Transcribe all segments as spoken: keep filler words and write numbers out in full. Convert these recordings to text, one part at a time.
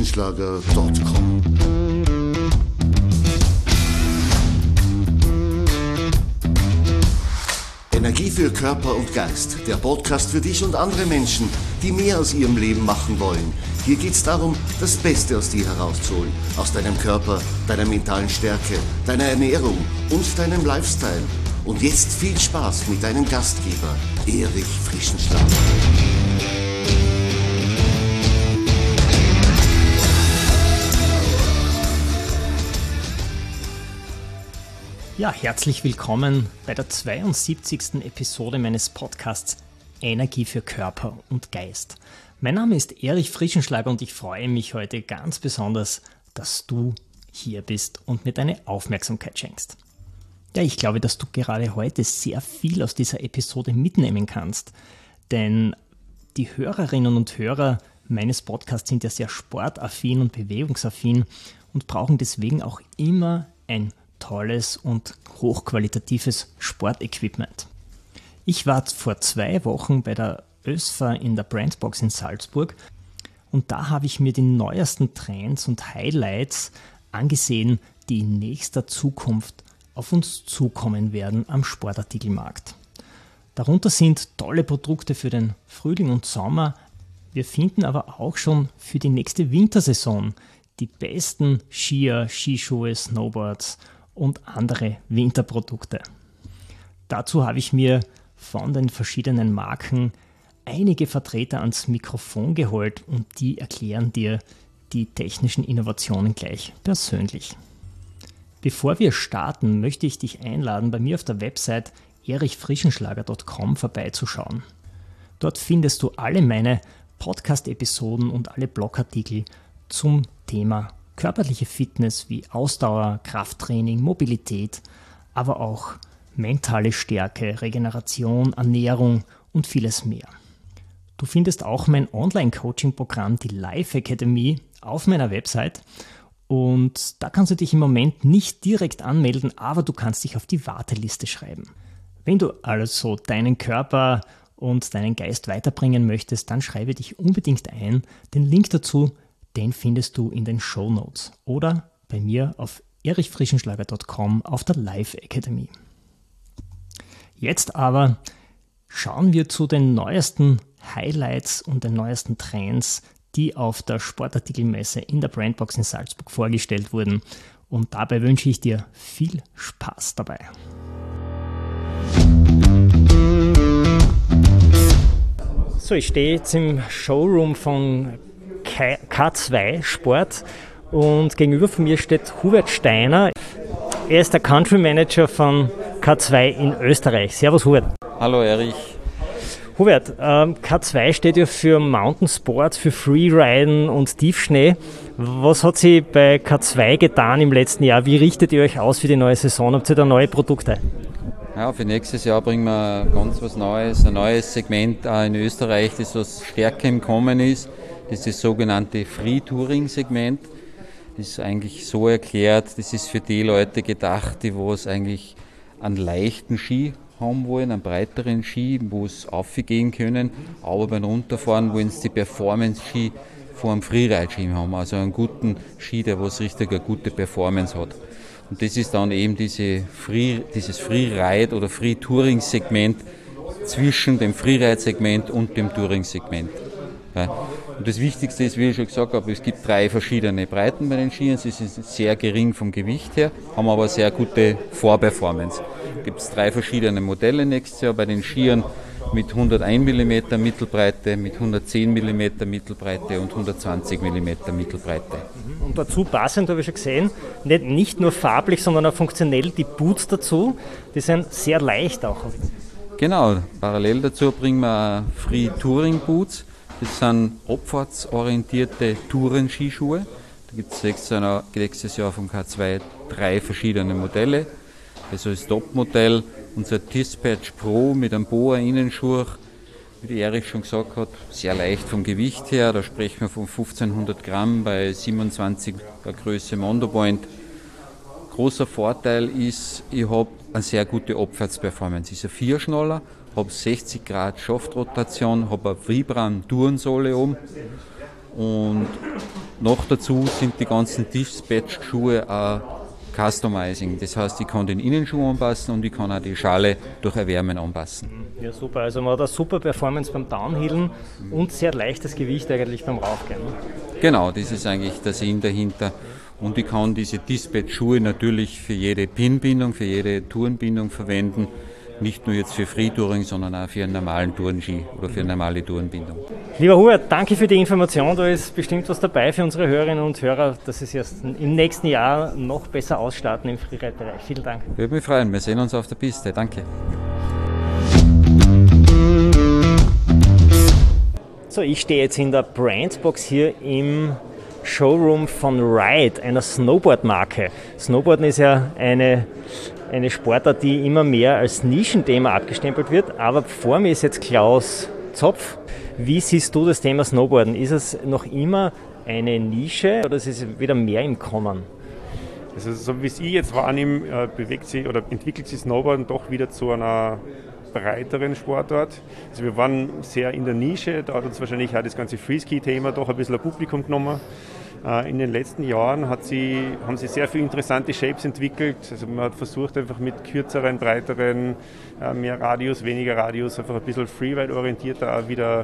frischenschlager punkt com. Energie für Körper und Geist, der Podcast für dich und andere Menschen, die mehr aus ihrem Leben machen wollen. Hier geht es darum, das Beste aus dir herauszuholen, aus deinem Körper, deiner mentalen Stärke, deiner Ernährung und deinem Lifestyle. Und jetzt viel Spaß mit deinem Gastgeber, Erich Frischenschlager. Ja, herzlich willkommen bei der zweiundsiebzigsten Episode meines Podcasts Energie für Körper und Geist. Mein Name ist Erich Frischenschlager und ich freue mich heute ganz besonders, dass du hier bist und mir deine Aufmerksamkeit schenkst. Ja, ich glaube, dass du gerade heute sehr viel aus dieser Episode mitnehmen kannst, denn die Hörerinnen und Hörer meines Podcasts sind ja sehr sportaffin und bewegungsaffin und brauchen deswegen auch immer ein tolles und hochqualitatives Sportequipment. Ich war vor zwei Wochen bei der Ö S F A in der Brandbox in Salzburg und da habe ich mir die neuesten Trends und Highlights angesehen, die in nächster Zukunft auf uns zukommen werden am Sportartikelmarkt. Darunter sind tolle Produkte für den Frühling und Sommer. Wir finden aber auch schon für die nächste Wintersaison die besten Skier, Skischuhe, Snowboards und andere Winterprodukte. Dazu habe ich mir von den verschiedenen Marken einige Vertreter ans Mikrofon geholt und die erklären dir die technischen Innovationen gleich persönlich. Bevor wir starten, möchte ich dich einladen, bei mir auf der Website erich frischenschlager punkt com vorbeizuschauen. Dort findest du alle meine Podcast-Episoden und alle Blogartikel zum Thema körperliche Fitness wie Ausdauer, Krafttraining, Mobilität, aber auch mentale Stärke, Regeneration, Ernährung und vieles mehr. Du findest auch mein Online-Coaching-Programm, die Life Academy, auf meiner Website und da kannst du dich im Moment nicht direkt anmelden, aber du kannst dich auf die Warteliste schreiben. Wenn du also deinen Körper und deinen Geist weiterbringen möchtest, dann schreibe dich unbedingt ein. Den Link dazu den findest du in den Shownotes oder bei mir auf erich frischenschlager punkt com auf der Life Academy. Jetzt aber schauen wir zu den neuesten Highlights und den neuesten Trends, die auf der Sportartikelmesse in der Brandbox in Salzburg vorgestellt wurden. Und dabei wünsche ich dir viel Spaß dabei. So, ich stehe jetzt im Showroom von K zwei Sport und gegenüber von mir steht Hubert Steiner. Er ist der Country Manager von K zwei in Österreich. Servus Hubert. Hallo Erich. Hubert, ähm, K zwei steht ja für Mountain Sport, für Freeriden und Tiefschnee. Was hat sich bei K zwei getan im letzten Jahr? Wie richtet ihr euch aus für die neue Saison? Habt ihr da neue Produkte? Ja, für nächstes Jahr bringen wir ganz was Neues, ein neues Segment auch in Österreich, das was stärker im Kommen ist. Das ist das sogenannte Free-Touring-Segment. Das ist eigentlich so erklärt, das ist für die Leute gedacht, die was eigentlich einen leichten Ski haben wollen, einen breiteren Ski, wo es aufgehen können, aber beim Runterfahren wollen sie die Performance-Ski vor einem Freeride-Ski haben, also einen guten Ski, der was richtig eine gute Performance hat. Und das ist dann eben diese Free, dieses Freeride- oder Free-Touring-Segment zwischen dem Freeride-Segment und dem Touring-Segment. Und das Wichtigste ist, wie ich schon gesagt habe, es gibt drei verschiedene Breiten bei den Skiern. Sie sind sehr gering vom Gewicht her, haben aber sehr gute Vorperformance. Es gibt drei verschiedene Modelle nächstes Jahr bei den Skiern mit hunderteins Millimeter Mittelbreite, mit hundertzehn Millimeter Mittelbreite und hundertzwanzig Millimeter Mittelbreite. Und dazu passend, habe ich schon gesehen, nicht, nicht nur farblich, sondern auch funktionell die Boots dazu. Die sind sehr leicht auch. Genau, parallel dazu bringen wir Free Touring Boots. Das sind abfahrtsorientierte Touren-Skischuhe. Da gibt es nächstes Jahr vom K zwei drei verschiedene Modelle. Also das Top-Modell, unser Dispatch Pro mit einem Boa-Innenschuh, wie die Erich schon gesagt hat, sehr leicht vom Gewicht her. Da sprechen wir von fünfzehnhundert Gramm bei siebenundzwanziger Größe Mondopoint. Großer Vorteil ist, ich habe eine sehr gute Abfahrtsperformance. Ich bin ein Vierschnaller, habe sechzig Grad Schaftrotation, habe eine Vibram-Tourensohle oben Und noch dazu sind die ganzen Dispatch-Schuhe auch Customizing. Das heißt, ich kann den Innenschuh anpassen und ich kann auch die Schale durch Erwärmen anpassen. Ja, super. Also man hat eine super Performance beim Downhillen und sehr leichtes Gewicht eigentlich beim Raufgehen. Ne? Genau, das ist eigentlich der Sinn dahinter. Und ich kann diese Dispatch-Schuhe natürlich für jede Pin-Bindung, für jede Tourenbindung verwenden. Nicht nur jetzt für Freetouring, sondern auch für einen normalen Tourenski oder für eine normale Tourenbindung. Lieber Hubert, danke für die Information. Da ist bestimmt was dabei für unsere Hörerinnen und Hörer, dass sie sich erst im nächsten Jahr noch besser ausstatten im Freeride-Bereich. Vielen Dank. Würde mich freuen. Wir sehen uns auf der Piste. Danke. So, ich stehe jetzt in der Brandbox hier im Showroom von Ride, einer Snowboard-Marke. Snowboarden ist ja eine, eine Sportart, die immer mehr als Nischenthema abgestempelt wird. Aber vor mir ist jetzt Klaus Zopf. Wie siehst du das Thema Snowboarden? Ist es noch immer eine Nische oder ist es wieder mehr im Kommen? Also so wie es ich jetzt wahrnehme, bewegt sich oder entwickelt sich Snowboarden doch wieder zu einer breiteren Sportart. Also wir waren sehr in der Nische, da hat uns wahrscheinlich auch das ganze Freeski-Thema doch ein bisschen ein Publikum genommen. In den letzten Jahren hat sie, haben sie sehr viele interessante Shapes entwickelt. Also man hat versucht, einfach mit kürzeren, breiteren, mehr Radius, weniger Radius, einfach ein bisschen Freeride-orientierter auch wieder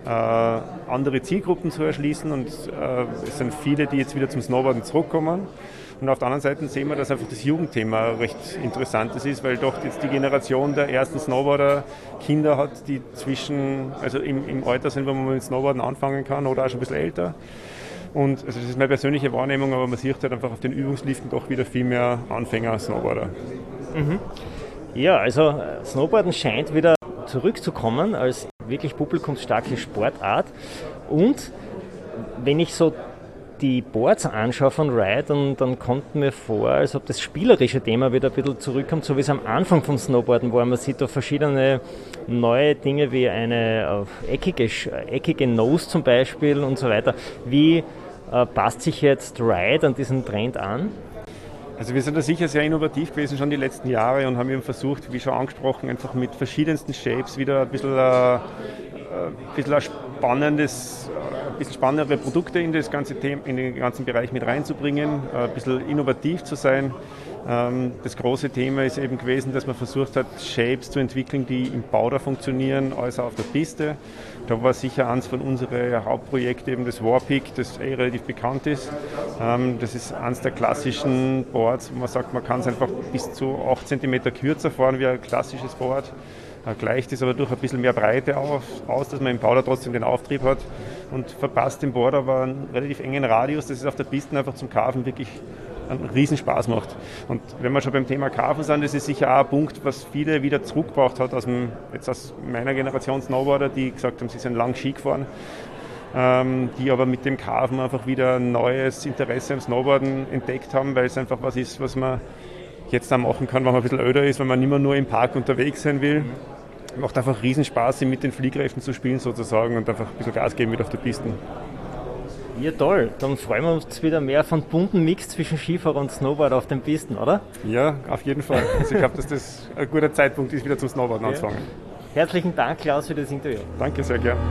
äh, andere Zielgruppen zu erschließen. Und äh, es sind viele, die jetzt wieder zum Snowboarden zurückkommen. Und auf der anderen Seite sehen wir, dass einfach das Jugendthema recht interessantes ist, weil doch jetzt die Generation der ersten Snowboarder Kinder hat, die zwischen, also im, im Alter sind, wo man mit Snowboarden anfangen kann oder auch schon ein bisschen älter. Und also das ist meine persönliche Wahrnehmung, aber man sieht halt einfach auf den Übungsliften doch wieder viel mehr Anfänger-Snowboarder. Mhm. Ja, also Snowboarden scheint wieder zurückzukommen als wirklich publikumsstarke Sportart. Und wenn ich so die Boards anschaue von Ride, dann, dann kommt mir vor, als ob das spielerische Thema wieder ein bisschen zurückkommt, so wie es am Anfang vom Snowboarden war. Man sieht da verschiedene neue Dinge wie eine äh, eckige, eckige Nose zum Beispiel und so weiter. Wie äh, passt sich jetzt Ride an diesen Trend an? Also wir sind da sicher sehr innovativ gewesen schon die letzten Jahre und haben eben versucht, wie schon angesprochen, einfach mit verschiedensten Shapes wieder ein bisschen, äh, ein bisschen ein spannendes, ein bisschen spannendere Produkte in das ganze Thema, in den ganzen Bereich mit reinzubringen, ein bisschen innovativ zu sein. Das große Thema ist eben gewesen, dass man versucht hat, Shapes zu entwickeln, die im Powder funktionieren, als auch auf der Piste. Da war sicher eines von unseren Hauptprojekten eben das Warpeak, das eh relativ bekannt ist. Das ist eines der klassischen Boards, wo man sagt, man kann es einfach bis zu acht Zentimeter kürzer fahren wie ein klassisches Board. Gleicht es aber durch ein bisschen mehr Breite auf, aus, dass man im Powder trotzdem den Auftrieb hat und verpasst im Board aber einen relativ engen Radius, dass es auf der Piste einfach zum Carven wirklich einen riesen Spaß macht. Und wenn wir schon beim Thema Carven sind, das ist sicher auch ein Punkt, was viele wieder zurückgebracht hat aus, dem, jetzt aus meiner Generation Snowboarder, die gesagt haben, sie sind lang Ski gefahren, ähm, die aber mit dem Carven einfach wieder ein neues Interesse am Snowboarden entdeckt haben, weil es einfach was ist, was man jetzt auch machen kann, wenn man ein bisschen älter ist, wenn man nicht mehr nur im Park unterwegs sein will. Macht einfach riesen Spaß, mit den Fliehkräften zu spielen sozusagen und einfach ein bisschen Gas geben wieder auf der Piste. Ja, toll. Dann freuen wir uns wieder mehr von bunten Mix zwischen Skifahrer und Snowboarder auf den Pisten, oder? Ja, auf jeden Fall. Also ich glaube, dass das ein guter Zeitpunkt ist, wieder zum Snowboarden ja. anzufangen. Herzlichen Dank, Klaus, für das Interview. Danke, sehr gern.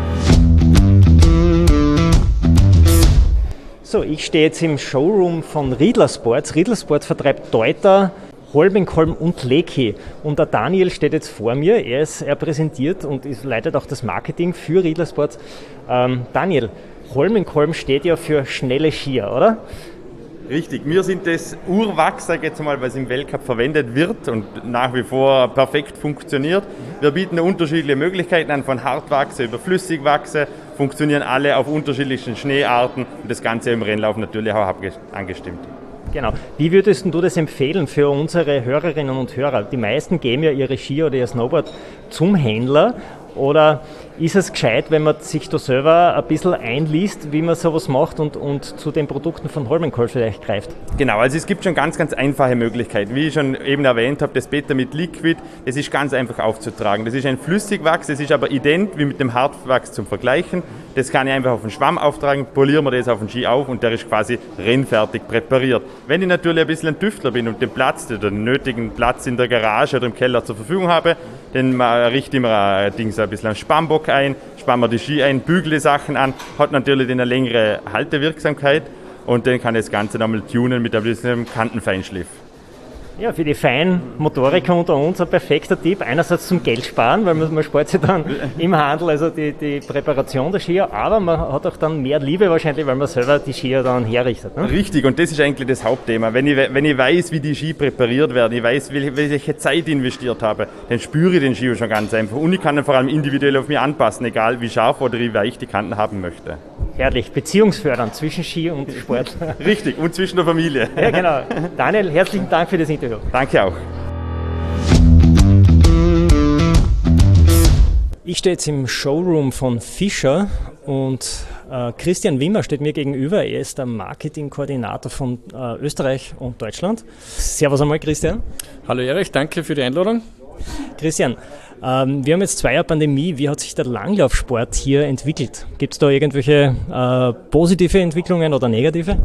So, ich stehe jetzt im Showroom von Riedler Sports. Riedler Sports vertreibt Deuter, Holmenkolben und Leki. Und der Daniel steht jetzt vor mir. Er ist er präsentiert und ist, leitet auch das Marketing für Riedler Sports. Ähm, Daniel, Holmenkolben steht ja für schnelle Skier, oder? Richtig, wir sind das Urwachs, sage ich jetzt mal, was im Weltcup verwendet wird und nach wie vor perfekt funktioniert. Wir bieten unterschiedliche Möglichkeiten an, von Hartwachse über Flüssigwachse, funktionieren alle auf unterschiedlichen Schneearten und das Ganze im Rennlauf natürlich auch angestimmt. Genau. Wie würdest du das empfehlen für unsere Hörerinnen und Hörer? Die meisten geben ja ihre Skier oder ihr Snowboard zum Händler. Oder ist es gescheit, wenn man sich da selber ein bisschen einliest, wie man sowas macht und, und zu den Produkten von Holmenkolb vielleicht greift? Genau, also es gibt schon ganz, ganz einfache Möglichkeiten. Wie ich schon eben erwähnt habe, das Beta mit Liquid, das ist ganz einfach aufzutragen. Das ist ein Flüssigwachs, das ist aber ident wie mit dem Hartwachs zum Vergleichen. Das kann ich einfach auf den Schwamm auftragen, polieren wir das auf den Ski auf und der ist quasi rennfertig präpariert. Wenn ich natürlich ein bisschen ein Tüftler bin und den Platz, oder den nötigen Platz in der Garage oder im Keller zur Verfügung habe, dann richte ich mir ein Ding so ein bisschen einen Spannbock Stock ein, spannen wir die Ski ein, bügeln die Sachen an, hat natürlich eine längere Haltewirksamkeit und dann kann das Ganze nochmal tunen mit einem Kantenfeinschliff. Ja, für die feinen Motoriker unter uns ein perfekter Tipp. Einerseits zum Geld sparen, weil man, man spart sich dann im Handel, also die, die Präparation der Skier, aber man hat auch dann mehr Liebe wahrscheinlich, weil man selber die Skier dann herrichtet. Ne? Richtig, und das ist eigentlich das Hauptthema. Wenn ich, wenn ich weiß, wie die Ski präpariert werden, ich weiß, welche Zeit ich investiert habe, dann spüre ich den Ski schon ganz einfach. Und ich kann ihn vor allem individuell auf mich anpassen, egal wie scharf oder wie weich die Kanten haben möchte. Herrlich, beziehungsfördernd zwischen Ski und Sport. Richtig, und zwischen der Familie. Ja, genau. Daniel, herzlichen Dank für das Interview. Danke auch. Ich stehe jetzt im Showroom von Fischer und äh, Christian Wimmer steht mir gegenüber. Er ist der Marketingkoordinator von äh, Österreich und Deutschland. Servus einmal, Christian. Hallo Erich, danke für die Einladung. Christian, ähm, wir haben jetzt zwei Jahre Pandemie. Wie hat sich der Langlaufsport hier entwickelt? Gibt es da irgendwelche äh, positive Entwicklungen oder negative?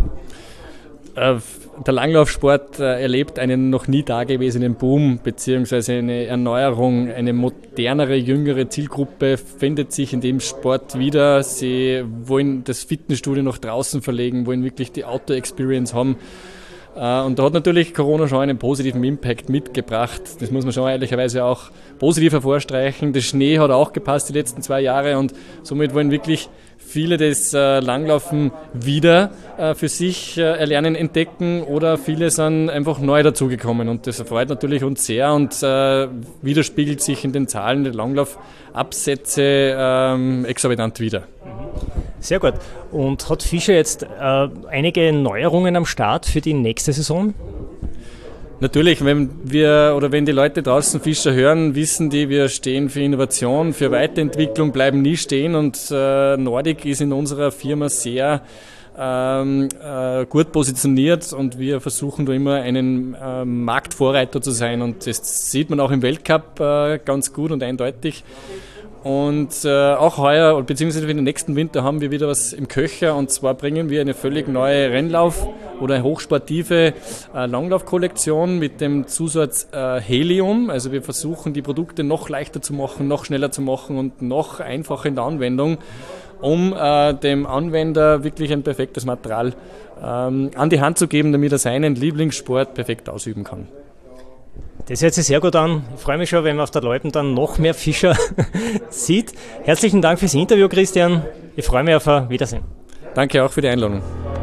Der Langlaufsport erlebt einen noch nie dagewesenen Boom bzw. eine Erneuerung. Eine modernere, jüngere Zielgruppe findet sich in dem Sport wieder. Sie wollen das Fitnessstudio nach draußen verlegen, wollen wirklich die Outdoor-Experience haben. Und da hat natürlich Corona schon einen positiven Impact mitgebracht. Das muss man schon ehrlicherweise auch positiv hervorstreichen. Der Schnee hat auch gepasst die letzten zwei Jahre und somit wollen wirklich viele das äh, Langlaufen wieder äh, für sich äh, erlernen, entdecken oder viele sind einfach neu dazugekommen und das erfreut natürlich uns sehr und äh, widerspiegelt sich in den Zahlen der Langlaufabsätze ähm, exorbitant wieder. Sehr gut. Und hat Fischer jetzt äh, einige Neuerungen am Start für die nächste Saison? Natürlich, wenn wir oder wenn die Leute draußen Fischer hören, wissen die, wir stehen für Innovation, für Weiterentwicklung, bleiben nie stehen und äh, Nordic ist in unserer Firma sehr ähm, äh, gut positioniert und wir versuchen da immer einen äh, Marktvorreiter zu sein und das sieht man auch im Weltcup äh, ganz gut und eindeutig. Und äh, auch heuer, beziehungsweise für den nächsten Winter haben wir wieder was im Köcher und zwar bringen wir eine völlig neue Rennlauf- oder hochsportive äh, Langlaufkollektion mit dem Zusatz äh, Helium. Also wir versuchen die Produkte noch leichter zu machen, noch schneller zu machen und noch einfacher in der Anwendung, um äh, dem Anwender wirklich ein perfektes Material ähm, an die Hand zu geben, damit er seinen Lieblingssport perfekt ausüben kann. Das hört sich sehr gut an. Ich freue mich schon, wenn man auf der Loipen dann noch mehr Fischer sieht. Herzlichen Dank fürs Interview, Christian. Ich freue mich auf ein Wiedersehen. Danke auch für die Einladung.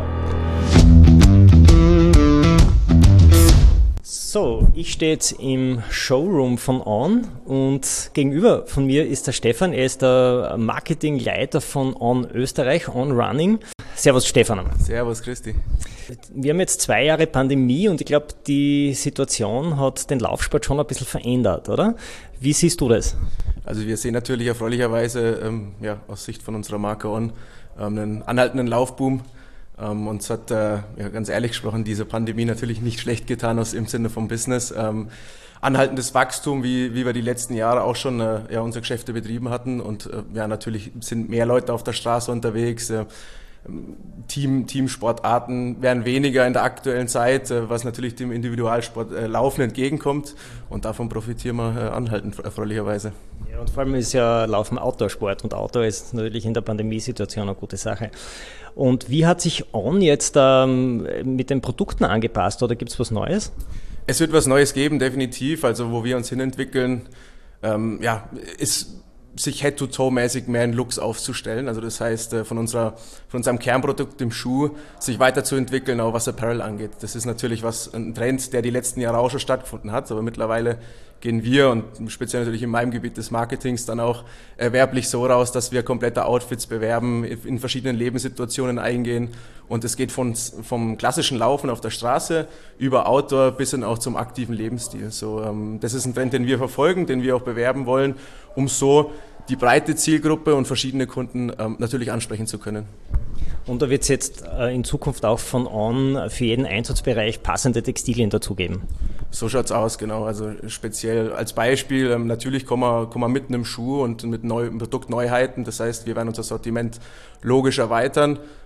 So, ich stehe jetzt im Showroom von On und gegenüber von mir ist der Stefan. Er ist der Marketingleiter von On Österreich, On Running. Servus Stefan. Servus, Christi. Wir haben jetzt zwei Jahre Pandemie und ich glaube, die Situation hat den Laufsport schon ein bisschen verändert, oder? Wie siehst du das? Also wir sehen natürlich erfreulicherweise ähm, ja, aus Sicht von unserer Marke On ähm, einen anhaltenden Laufboom. Ähm, uns hat, äh, ja, ganz ehrlich gesprochen, diese Pandemie natürlich nicht schlecht getan aus im Sinne vom Business. Ähm, anhaltendes Wachstum, wie, wie wir die letzten Jahre auch schon äh, ja, unsere Geschäfte betrieben hatten. Und äh, ja, natürlich sind mehr Leute auf der Straße unterwegs. Äh, Team, Teamsportarten werden weniger in der aktuellen Zeit, was natürlich dem Individualsport äh, Laufen entgegenkommt und davon profitieren wir äh, anhaltend erfreulicherweise. Ja, und vor allem ist ja Laufen Outdoor-Sport und Outdoor ist natürlich in der Pandemiesituation eine gute Sache. Und wie hat sich On jetzt ähm, mit den Produkten angepasst oder gibt es was Neues? Es wird was Neues geben, definitiv. Also wo wir uns hinentwickeln, ähm, ja, ist sich Head-to-Toe-mäßig mehr in Looks aufzustellen. Also das heißt, von unserer, von unserem Kernprodukt, dem Schuh, sich weiterzuentwickeln, auch was Apparel angeht. Das ist natürlich was, ein Trend, der die letzten Jahre auch schon stattgefunden hat, aber mittlerweile gehen wir und speziell natürlich in meinem Gebiet des Marketings dann auch werblich so raus, dass wir komplette Outfits bewerben, in verschiedenen Lebenssituationen eingehen und es geht von, vom klassischen Laufen auf der Straße über Outdoor bis hin auch zum aktiven Lebensstil. So, ähm, das ist ein Trend, den wir verfolgen, den wir auch bewerben wollen, um so die breite Zielgruppe und verschiedene Kunden ähm, natürlich ansprechen zu können. Und da wird es jetzt äh, in Zukunft auch von On für jeden Einsatzbereich passende Textilien dazugeben? So schaut's aus, genau. Also speziell als Beispiel, ähm, natürlich kommen wir, kommen wir mit einem Schuh und mit neuen Produktneuheiten. Das heißt, wir werden unser Sortiment logisch erweitern.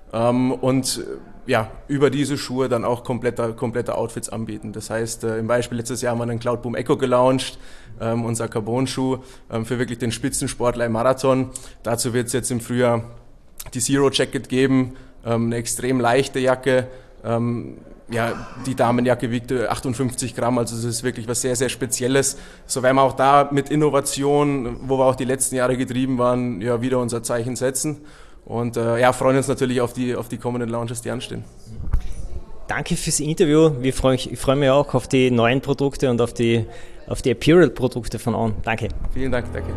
ähm, und ja, über diese Schuhe dann auch komplette, komplette Outfits anbieten. Das heißt, äh, im Beispiel letztes Jahr haben wir einen Cloudboom Echo gelauncht, ähm, unser Carbon-Schuh ähm, für wirklich den Spitzensportler im Marathon. Dazu wird es jetzt im Frühjahr die Zero Jacket geben, ähm, eine extrem leichte Jacke. Ähm, ja, die Damenjacke wiegt achtundfünfzig Gramm, also es ist wirklich was sehr, sehr Spezielles. So werden wir auch da mit Innovation, wo wir auch die letzten Jahre getrieben waren, ja, wieder unser Zeichen setzen. Und äh, ja, freuen uns natürlich auf die, auf die kommenden Launches, die anstehen. Danke fürs Interview. Wir freuen, ich freue mich auch auf die neuen Produkte und auf die, auf die Apparel-Produkte von On. Danke. Vielen Dank, danke.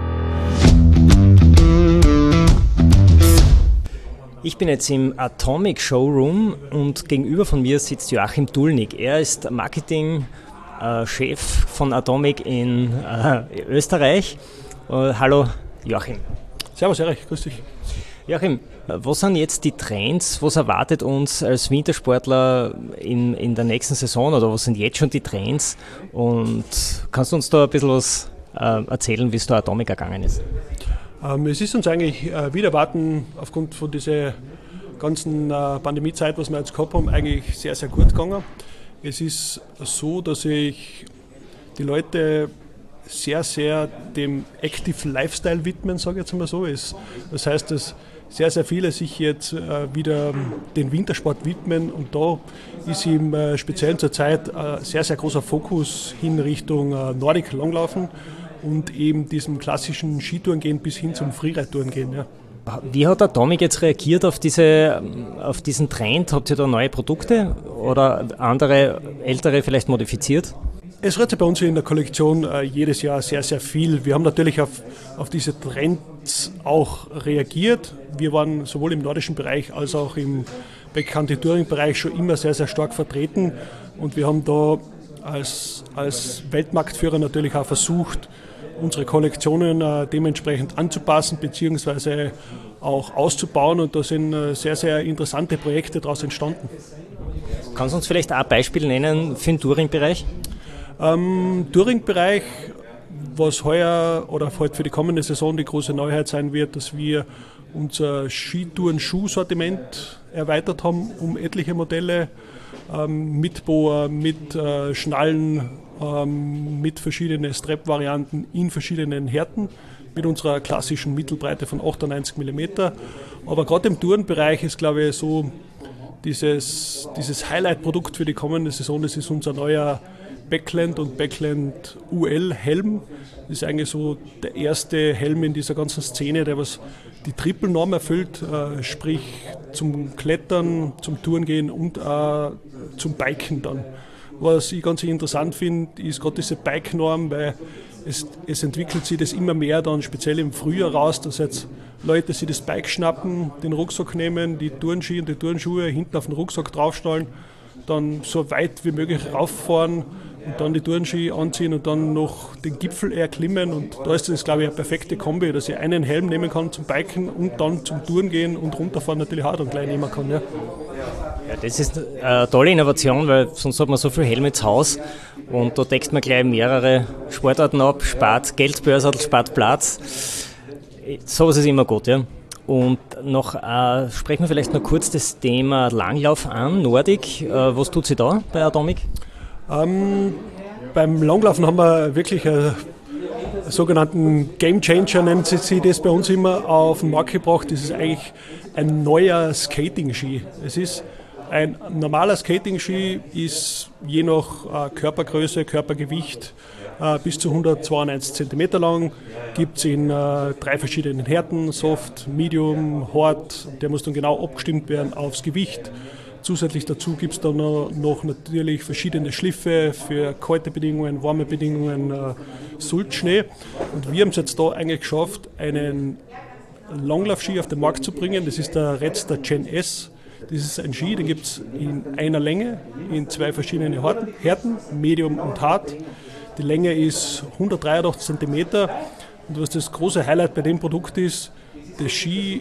Ich bin jetzt im Atomic Showroom und gegenüber von mir sitzt Joachim Dulnig. Er ist Marketing-Chef von Atomic in äh, Österreich. Uh, hallo Joachim. Servus Erich, grüß dich. Joachim, was sind jetzt die Trends? Was erwartet uns als Wintersportler in, in der nächsten Saison oder was sind jetzt schon die Trends? Und kannst du uns da ein bisschen was äh, erzählen, wie es da Atomic ergangen ist? Ähm, es ist uns eigentlich äh, wieder erwarten, aufgrund von dieser ganzen äh, Pandemiezeit, was wir jetzt gehabt haben, eigentlich sehr, sehr gut gegangen. Es ist so, dass sich die Leute sehr, sehr dem Active Lifestyle widmen, sage ich jetzt mal so. Es, das heißt, dass sehr, sehr viele sich jetzt äh, wieder den Wintersport widmen und da ist im äh, speziellen zur Zeit äh, sehr, sehr großer Fokus hin Richtung äh, Nordic Langlaufen und eben diesem klassischen Skitouren gehen bis hin zum Freeride-Touren gehen. Ja. Wie hat Atomic jetzt reagiert auf, diese, auf diesen Trend? Habt ihr da neue Produkte oder andere, ältere vielleicht modifiziert? Es rührt sich bei uns in der Kollektion äh, jedes Jahr sehr, sehr viel. Wir haben natürlich auf, auf diese Trends auch reagiert. Wir waren sowohl im nordischen Bereich als auch im Backcountry-Touring-Bereich schon immer sehr, sehr stark vertreten. Und wir haben da als, als Weltmarktführer natürlich auch versucht, unsere Kollektionen äh, dementsprechend anzupassen bzw. auch auszubauen. Und da sind äh, sehr, sehr interessante Projekte daraus entstanden. Kannst du uns vielleicht auch ein Beispiel nennen für den Touring-Bereich? Im Touring-Bereich, was heuer oder halt für die kommende Saison die große Neuheit sein wird, dass wir unser Skitouren-Schuhsortiment erweitert haben um etliche Modelle ähm, mit Boa, mit äh, Schnallen, ähm, mit verschiedenen Strap-Varianten in verschiedenen Härten, mit unserer klassischen Mittelbreite von achtundneunzig Millimeter. Aber gerade im Tourenbereich ist, glaube ich, so dieses, dieses Highlight-Produkt für die kommende Saison, das ist unser neuer Backland und Backland U L Helm. Das ist eigentlich so der erste Helm in dieser ganzen Szene, der was die Triple-Norm erfüllt, äh, sprich zum Klettern, zum Tourengehen und äh, zum Biken dann. Was ich ganz interessant finde, ist gerade diese Bike-Norm, weil es, es entwickelt sich das immer mehr dann speziell im Frühjahr raus, dass jetzt Leute sich das Bike schnappen, den Rucksack nehmen, die Tourenski und die Turnschuhe hinten auf den Rucksack draufschnallen, dann so weit wie möglich rauffahren und dann die Tourenski anziehen und dann noch den Gipfel erklimmen. Und da ist das, glaube ich, eine perfekte Kombi, dass ich einen Helm nehmen kann zum Biken und dann zum Touren gehen und runterfahren natürlich auch dann gleich nehmen kann. Ja. Ja, das ist eine tolle Innovation, weil sonst hat man so viel Helme zu Hause und da deckt man gleich mehrere Sportarten ab, spart Geldbörse, spart Platz. Sowas ist immer gut, ja. Und noch äh, sprechen wir vielleicht noch kurz das Thema Langlauf an, Nordic. Äh, was tut sie da bei Atomic? Ähm, beim Langlaufen haben wir wirklich einen sogenannten Game Changer, nennt sie das bei uns immer, auf den Markt gebracht. Das ist eigentlich ein neuer Skating-Ski. Es ist ein normaler Skating-Ski, ist je nach äh, Körpergröße, Körpergewicht äh, bis zu hundertzweiundneunzig Zentimeter lang. Gibt es in äh, drei verschiedenen Härten, Soft, Medium, Hard. Der muss dann genau abgestimmt werden aufs Gewicht. Zusätzlich dazu gibt es dann noch natürlich verschiedene Schliffe für kalte Bedingungen, warme Bedingungen, äh, Sulzschnee. Und wir haben es jetzt da eigentlich geschafft, einen Langlaufski auf den Markt zu bringen. Das ist der Redster Gen S. Das ist ein Ski, den gibt es in einer Länge, in zwei verschiedenen Härten, Medium und Hard. Die Länge ist hundertdreiundachtzig Zentimeter. Und was das große Highlight bei dem Produkt ist, der Ski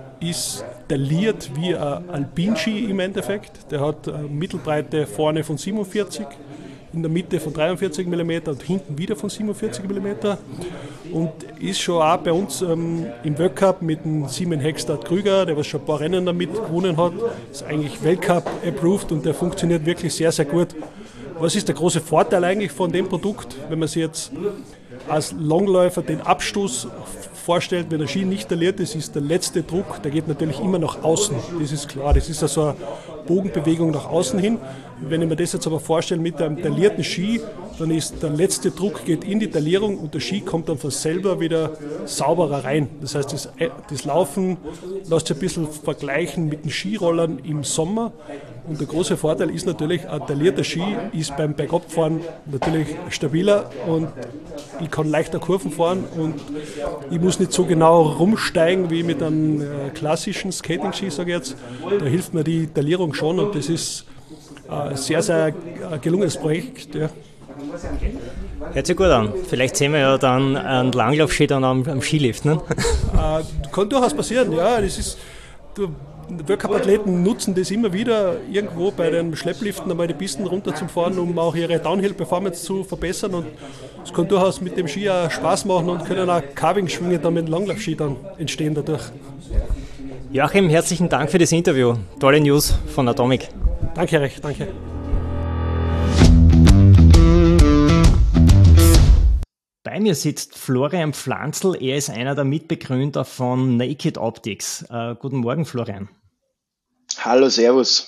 ist tailliert wie ein Alpinski im Endeffekt. Der hat eine Mittelbreite vorne von siebenundvierzig, in der Mitte von dreiundvierzig Millimeter und hinten wieder von siebenundvierzig Millimeter und ist schon auch bei uns ähm, im Weltcup mit dem Simon Hegstad Krüger, der was schon ein paar Rennen damit gewonnen hat, ist eigentlich Weltcup approved und der funktioniert wirklich sehr, sehr gut. Was ist der große Vorteil eigentlich von dem Produkt, wenn man sich jetzt als Longläufer den Abstoß vorstellt, wenn der Ski nicht taliert ist, ist der letzte Druck, der geht natürlich immer nach außen, das ist klar, das ist also eine Bogenbewegung nach außen hin. Wenn ich mir das jetzt aber vorstelle mit einem talierten Ski, dann ist der letzte Druck geht in die Talierung und der Ski kommt dann von selber wieder sauberer rein. Das heißt, das, das Laufen lässt sich ein bisschen vergleichen mit den Skirollern im Sommer. Und der große Vorteil ist natürlich, ein talierter Ski ist beim Bergabfahren natürlich stabiler und ich kann leichter Kurven fahren und ich muss nicht so genau rumsteigen wie mit einem äh, klassischen Skating-Ski, sage ich jetzt. Da hilft mir die Talierung schon und das ist ein sehr, sehr gelungenes Projekt. Ja. Hört sich gut an. Vielleicht sehen wir ja dann einen Langlaufski dann am, am Skilift. Ne? Äh, kann durchaus passieren, ja. Das ist, du, Weltcup-Athleten nutzen das immer wieder, irgendwo bei den Schleppliften einmal die Pisten runterzufahren, um auch ihre Downhill-Performance zu verbessern. Und es kann durchaus mit dem Ski auch Spaß machen und können auch Carving-Schwünge dann mit dem Langlaufski dann entstehen dadurch. Joachim, herzlichen Dank für das Interview. Tolle News von Atomic. Danke, Erich, danke. Bei mir sitzt Florian Pflanzl, er ist einer der Mitbegründer von Naked Optics. Äh, guten Morgen, Florian. Hallo, servus.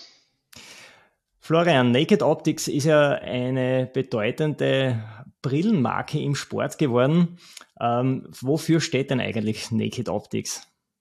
Florian, Naked Optics ist ja eine bedeutende Brillenmarke im Sport geworden. Ähm, wofür steht denn eigentlich Naked Optics?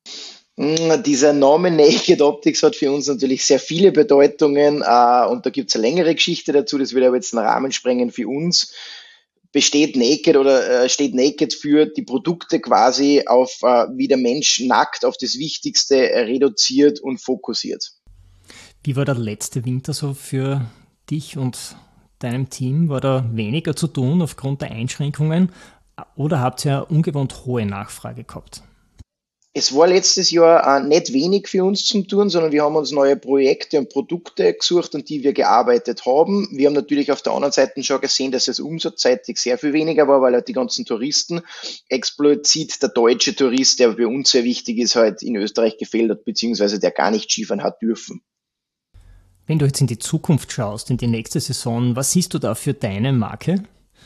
Dieser Name Naked Optics hat für uns natürlich sehr viele Bedeutungen äh, und da gibt es eine längere Geschichte dazu, das würde aber jetzt einen Rahmen sprengen für uns. Besteht Naked oder äh, steht Naked für die Produkte quasi auf, äh, wie der Mensch nackt auf das Wichtigste äh, reduziert und fokussiert. Wie war der letzte Winter so für dich und deinem Team? War da weniger zu tun aufgrund der Einschränkungen oder habt ihr eine ungewohnt hohe Nachfrage gehabt? Es war letztes Jahr äh, nicht wenig für uns zum Tun, sondern wir haben uns neue Projekte und Produkte gesucht, an die wir gearbeitet haben. Wir haben natürlich auf der anderen Seite schon gesehen, dass es umsatzseitig sehr viel weniger war, weil halt die ganzen Touristen, explizit der deutsche Tourist, der bei uns sehr wichtig ist, halt in Österreich gefehlt hat, beziehungsweise der gar nicht Skifahren hat dürfen. Wenn du jetzt in die Zukunft schaust, in die nächste Saison, was siehst du da für deine Marke?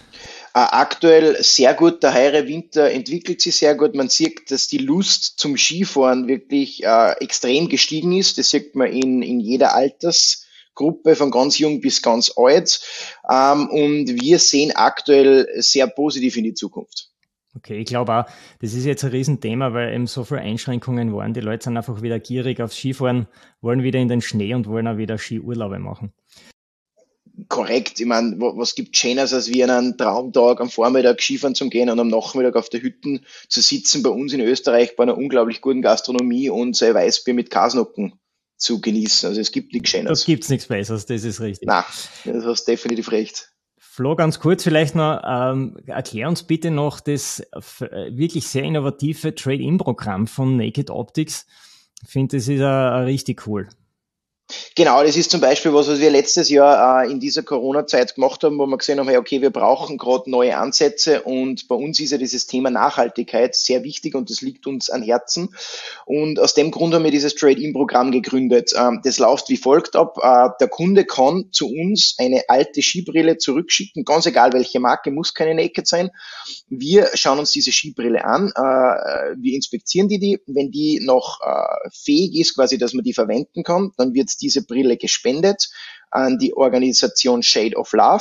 Aktuell sehr gut, der heure Winter entwickelt sich sehr gut. Man sieht, dass die Lust zum Skifahren wirklich äh, extrem gestiegen ist. Das sieht man in, in jeder Altersgruppe, von ganz jung bis ganz alt. Ähm, und wir sehen aktuell sehr positiv in die Zukunft. Okay, ich glaube auch, das ist jetzt ein Riesenthema, weil eben so viele Einschränkungen waren. Die Leute sind einfach wieder gierig aufs Skifahren, wollen wieder in den Schnee und wollen auch wieder Skiurlaube machen. Korrekt, ich meine, was gibt Schöneres, als wie einen Traumtag am Vormittag Skifahren zu gehen und am Nachmittag auf der Hütte zu sitzen, bei uns in Österreich bei einer unglaublich guten Gastronomie und sein Weißbier mit Kasnocken zu genießen. Also es gibt nichts Schöneres. Da gibt es nichts Besseres, das ist richtig. Nein, das hast definitiv recht. Flo, ganz kurz vielleicht noch, ähm, erklär uns bitte noch das wirklich sehr innovative Trade-in-Programm von Naked Optics. Ich finde, das ist uh, richtig cool. Genau, das ist zum Beispiel was, was wir letztes Jahr äh, in dieser Corona-Zeit gemacht haben, wo wir gesehen haben, hey, okay, wir brauchen gerade neue Ansätze und bei uns ist ja dieses Thema Nachhaltigkeit sehr wichtig und das liegt uns an Herzen und aus dem Grund haben wir dieses Trade-in-Programm gegründet. Ähm, das läuft wie folgt ab, äh, der Kunde kann zu uns eine alte Skibrille zurückschicken, ganz egal welche Marke, muss keine Naked sein. Wir schauen uns diese Skibrille an, äh, wir inspizieren die, die, wenn die noch äh, fähig ist, quasi, dass man die verwenden kann, dann wird diese Brille gespendet an die Organisation Shade of Love.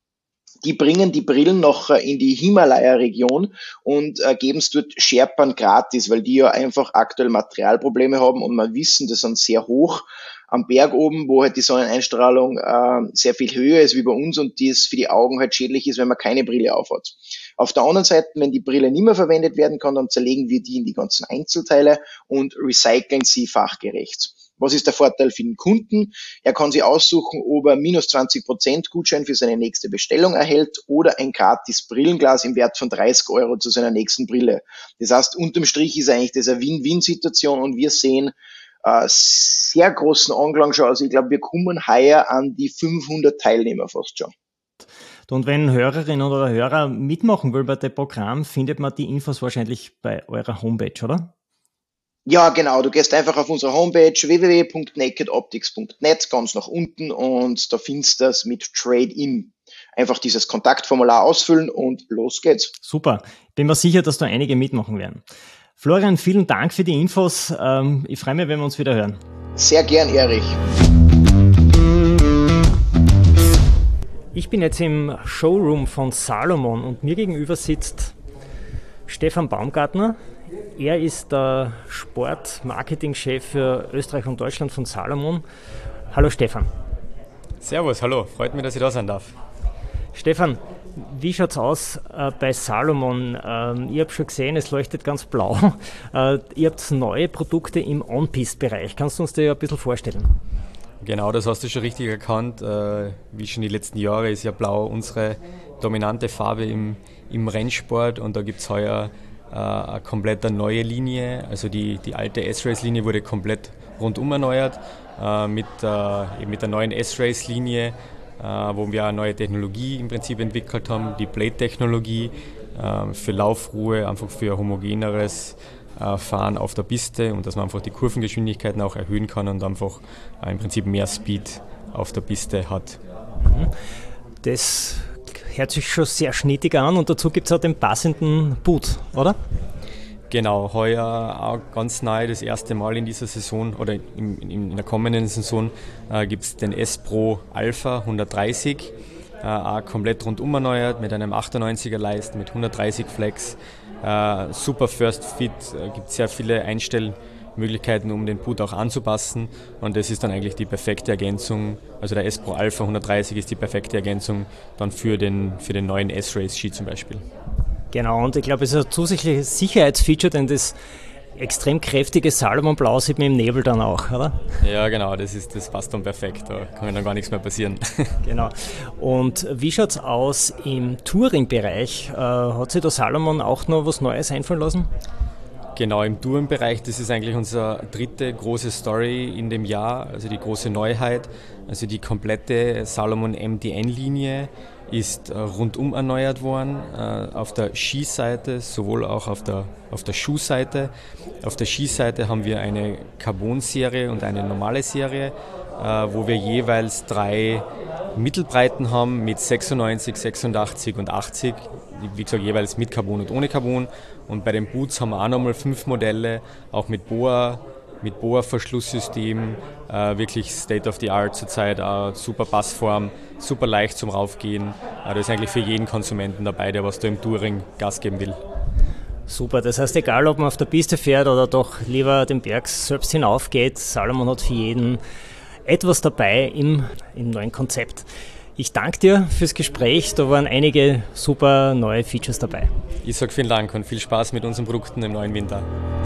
Die bringen die Brillen noch in die Himalaya-Region und äh, geben es dort Sherpern gratis, weil die ja einfach aktuell Materialprobleme haben und man wissen, das sind sehr hoch am Berg oben, wo halt die Sonneneinstrahlung äh, sehr viel höher ist wie bei uns und das für die Augen halt schädlich ist, wenn man keine Brille aufhat. Auf der anderen Seite, wenn die Brille nicht mehr verwendet werden kann, dann zerlegen wir die in die ganzen Einzelteile und recyceln sie fachgerecht. Was ist der Vorteil für den Kunden? Er kann sich aussuchen, ob er minus zwanzig Prozent Gutschein für seine nächste Bestellung erhält oder ein gratis Brillenglas im Wert von dreißig Euro zu seiner nächsten Brille. Das heißt, unterm Strich ist eigentlich das eine Win-Win-Situation und wir sehen äh, sehr großen Anklang schon. Also ich glaube, wir kommen heuer an die fünfhundert Teilnehmer fast schon. Und wenn Hörerin oder Hörer mitmachen will bei dem Programm, findet man die Infos wahrscheinlich bei eurer Homepage, oder? Ja, genau. Du gehst einfach auf unsere Homepage w w w punkt naked optics punkt net ganz nach unten und da findest du das mit Trade-in. Einfach dieses Kontaktformular ausfüllen und los geht's. Super. Bin mir sicher, dass da einige mitmachen werden. Florian, vielen Dank für die Infos. Ich freue mich, wenn wir uns wieder hören. Sehr gern, Erich. Ich bin jetzt im Showroom von Salomon und mir gegenüber sitzt Stefan Baumgartner. Er ist der Sportmarketingchef für Österreich und Deutschland von Salomon. Hallo Stefan. Servus, hallo. Freut mich, dass ich da sein darf. Stefan, wie schaut es aus äh, bei Salomon? Ähm, ich habe schon gesehen, es leuchtet ganz blau. Äh, ihr habt neue Produkte im On-Piste-Bereich. Kannst du uns das ein bisschen vorstellen? Genau, das hast du schon richtig erkannt. Äh, wie schon die letzten Jahre ist ja blau unsere dominante Farbe im, im Rennsport und da gibt es heuer äh, eine komplett neue Linie. Also die, die alte S-Race-Linie wurde komplett rundum erneuert äh, mit, äh, eben mit der neuen S-Race-Linie, äh, wo wir eine neue Technologie im Prinzip entwickelt haben, die Blade-Technologie äh, für Laufruhe, einfach für homogeneres äh, Fahren auf der Piste und dass man einfach die Kurvengeschwindigkeiten auch erhöhen kann und einfach äh, im Prinzip mehr Speed auf der Piste hat. Das hört sich schon sehr schnittig an und dazu gibt es auch den passenden Boot, oder? Genau, heuer auch ganz neu, das erste Mal in dieser Saison oder in, in, in der kommenden Saison äh, gibt es den S-Pro Alpha hundertdreißig, äh, auch komplett rundum erneuert mit einem achtundneunziger Leist, mit hundertdreißig Flex, äh, super First Fit, äh, gibt sehr viele Einstellmöglichkeiten, um den Boot auch anzupassen und das ist dann eigentlich die perfekte Ergänzung, also der S-Pro Alpha hundertdreißig ist die perfekte Ergänzung dann für den, für den neuen S-Race-Ski zum Beispiel. Genau, und ich glaube, es ist ein zusätzliches Sicherheitsfeature, denn das extrem kräftige Salomon-Blau sieht man im Nebel dann auch, oder? Ja, genau, das, ist, das passt dann perfekt, da kann dann gar nichts mehr passieren. Genau. Und wie schaut es aus im Touring-Bereich? Äh, hat sich da Salomon auch noch was Neues einfallen lassen? Genau, im Touring-Bereich, das ist eigentlich unsere dritte große Story in dem Jahr, also die große Neuheit. Also die komplette Salomon M D N-Linie ist äh, rundum erneuert worden, äh, auf der Skiseite, sowohl auch auf der, auf der Schuhseite. Auf der Skiseite haben wir eine Carbon-Serie und eine normale Serie, äh, wo wir jeweils drei Mittelbreiten haben mit sechsundneunzig, sechsundachtzig und achtzig, wie gesagt jeweils mit Carbon und ohne Carbon. Und bei den Boots haben wir auch nochmal fünf Modelle, auch mit Boa, mit Boa-Verschlusssystem, äh, wirklich State of the Art zurzeit, äh, super Passform, super leicht zum Raufgehen. Äh, das ist eigentlich für jeden Konsumenten dabei, der was da im Touring Gas geben will. Super, das heißt, egal ob man auf der Piste fährt oder doch lieber den Berg selbst hinaufgeht, Salomon hat für jeden etwas dabei im, im neuen Konzept. Ich danke dir fürs Gespräch, da waren einige super neue Features dabei. Ich sage vielen Dank und viel Spaß mit unseren Produkten im neuen Winter.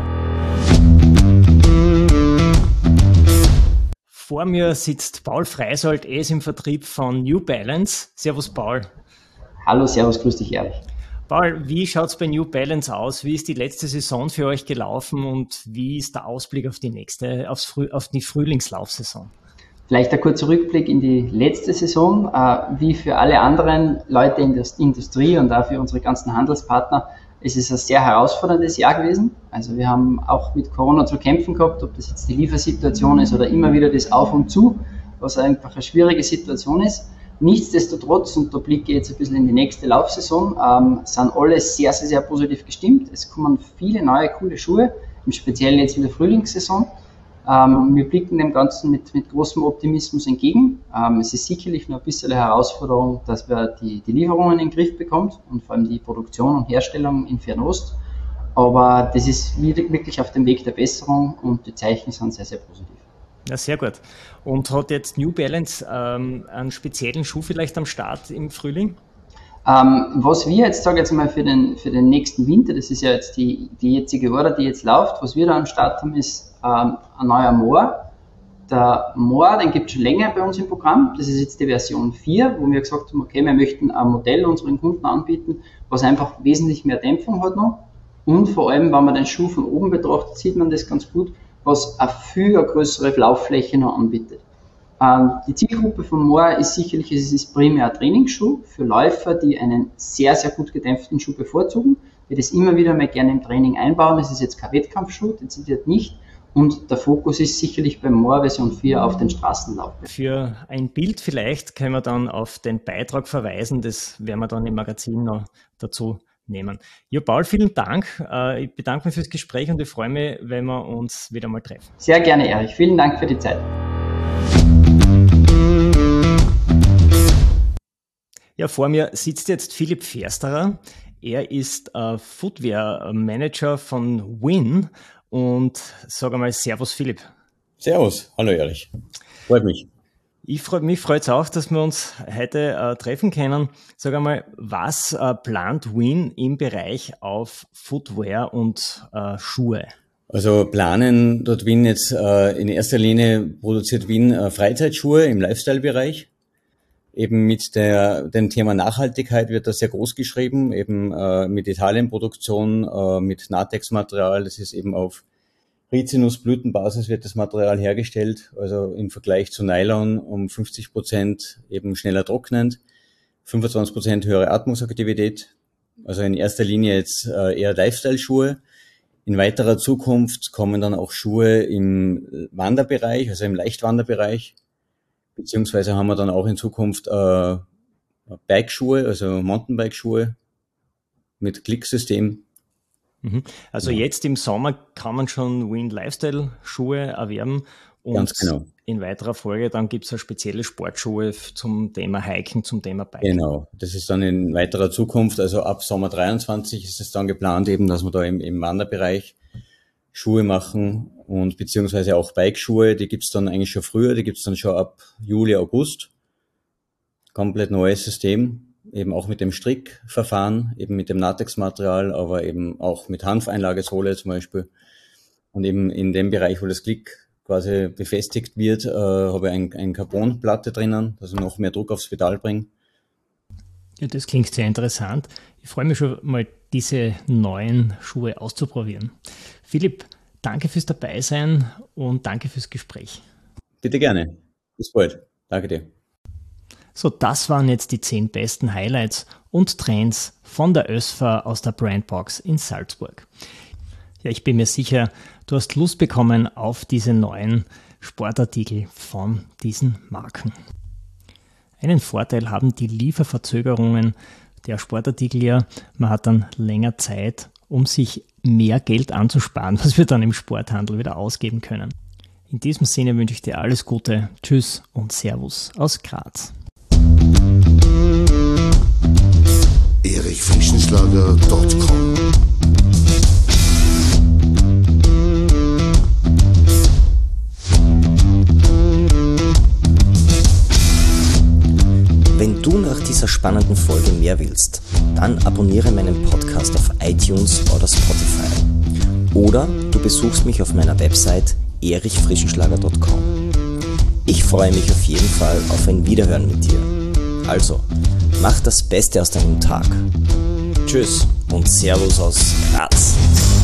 Vor mir sitzt Paul Freisold, er ist im Vertrieb von New Balance. Servus Paul. Hallo, servus, grüß dich Erich. Paul, wie schaut es bei New Balance aus? Wie ist die letzte Saison für euch gelaufen und wie ist der Ausblick auf die nächste, aufs Früh, auf die Frühlingslaufsaison? Vielleicht ein kurzer Rückblick in die letzte Saison. Wie für alle anderen Leute in der Industrie und auch für unsere ganzen Handelspartner ist es ein sehr herausforderndes Jahr gewesen. Also wir haben auch mit Corona zu kämpfen gehabt, ob das jetzt die Liefersituation ist oder immer wieder das Auf und Zu, was einfach eine schwierige Situation ist. Nichtsdestotrotz, und da blicke ich jetzt ein bisschen in die nächste Laufsaison, ähm, sind alle sehr, sehr, sehr positiv gestimmt. Es kommen viele neue, coole Schuhe, im Speziellen jetzt in der Frühlingssaison. Ähm, wir blicken dem Ganzen mit, mit großem Optimismus entgegen. Ähm, es ist sicherlich noch ein bisschen eine Herausforderung, dass wir die, die Lieferungen in den Griff bekommen und vor allem die Produktion und Herstellung in Fernost. Aber das ist wirklich auf dem Weg der Besserung und die Zeichen sind sehr, sehr positiv. Ja, sehr gut. Und hat jetzt New Balance ähm, einen speziellen Schuh vielleicht am Start im Frühling? Ähm, was wir jetzt, sage ich jetzt mal, für den, für den nächsten Winter, das ist ja jetzt die, die jetzige Order, die jetzt läuft, was wir da am Start haben, ist ähm, ein neuer Moor. Der Moor, den gibt es schon länger bei uns im Programm. Das ist jetzt die Version vier, wo wir gesagt haben, okay, wir möchten ein Modell unseren Kunden anbieten, was einfach wesentlich mehr Dämpfung hat noch. Und vor allem, wenn man den Schuh von oben betrachtet, sieht man das ganz gut, was eine viel größere Lauffläche noch anbietet. Ähm, die Zielgruppe von Moore ist sicherlich, es ist primär ein Trainingsschuh für Läufer, die einen sehr, sehr gut gedämpften Schuh bevorzugen, die das immer wieder mal gerne im Training einbauen. Es ist jetzt kein Wettkampfschuh, dezidiert nicht. Und der Fokus ist sicherlich beim Moore Version vier auf den Straßenlauf. Für ein Bild vielleicht können wir dann auf den Beitrag verweisen, das werden wir dann im Magazin noch dazu nehmen. Ja, Paul, vielen Dank. Ich bedanke mich fürs Gespräch und ich freue mich, wenn wir uns wieder mal treffen. Sehr gerne, Erich. Vielen Dank für die Zeit. Ja, vor mir sitzt jetzt Philipp Fersterer. Er ist äh, Footwear Manager von Win und sag einmal Servus Philipp. Servus, hallo Erich. Freut mich. Ich freu, mich freut es auch, dass wir uns heute äh, treffen können. Sag einmal, was äh, plant Win im Bereich auf Footwear und äh, Schuhe? Also planen dort Win jetzt äh, in erster Linie produziert Win äh, Freizeitschuhe im Lifestyle-Bereich. Eben mit der dem Thema Nachhaltigkeit wird das sehr groß geschrieben, eben äh, mit Italienproduktion, äh, mit Natex-Material, das ist eben auf Rizinusblütenbasis wird das Material hergestellt, also im Vergleich zu Nylon um fünfzig Prozent eben schneller trocknend, fünfundzwanzig Prozent höhere Atmungsaktivität, also in erster Linie jetzt äh, eher Lifestyle-Schuhe. In weiterer Zukunft kommen dann auch Schuhe im Wanderbereich, also im Leichtwanderbereich. Beziehungsweise haben wir dann auch in Zukunft äh, Bikeschuhe, also Mountainbike-Schuhe mit Klicksystem. Mhm. Also ja. Jetzt im Sommer kann man schon Win Lifestyle-Schuhe erwerben und ganz genau. In weiterer Folge dann gibt es auch spezielle Sportschuhe zum Thema Hiken, zum Thema Biken. Genau, das ist dann in weiterer Zukunft, also ab Sommer dreiundzwanzig ist es dann geplant eben, dass wir da im, im Wanderbereich Schuhe machen und beziehungsweise auch Bikeschuhe, die gibt's dann eigentlich schon früher, die gibt's dann schon ab Juli, August. Komplett neues System, eben auch mit dem Strickverfahren, eben mit dem Natex-Material, aber eben auch mit Hanfeinlagesohle zum Beispiel. Und eben in dem Bereich, wo das Klick quasi befestigt wird, äh, habe ich ein, ein Carbonplatte drinnen, dass ich noch mehr Druck aufs Pedal bringe. Ja, das klingt sehr interessant. Ich freue mich schon mal, diese neuen Schuhe auszuprobieren. Philipp, danke fürs Dabeisein und danke fürs Gespräch. Bitte gerne. Bis bald. Danke dir. So, das waren jetzt die zehn besten Highlights und Trends von der Ö S F A aus der Brandbox in Salzburg. Ja, ich bin mir sicher, du hast Lust bekommen auf diese neuen Sportartikel von diesen Marken. Einen Vorteil haben die Lieferverzögerungen der Sportartikel ja, man hat dann länger Zeit, um sich mehr Geld anzusparen, was wir dann im Sporthandel wieder ausgeben können. In diesem Sinne wünsche ich dir alles Gute, Tschüss und Servus aus Graz. erich frischenschlager punkt com Wenn du nach dieser spannenden Folge mehr willst, dann abonniere meinen Podcast auf iTunes oder Spotify. Oder du besuchst mich auf meiner Website erich frischenschlager punkt com. Ich freue mich auf jeden Fall auf ein Wiederhören mit dir. Also, mach das Beste aus deinem Tag. Tschüss und Servus aus Graz.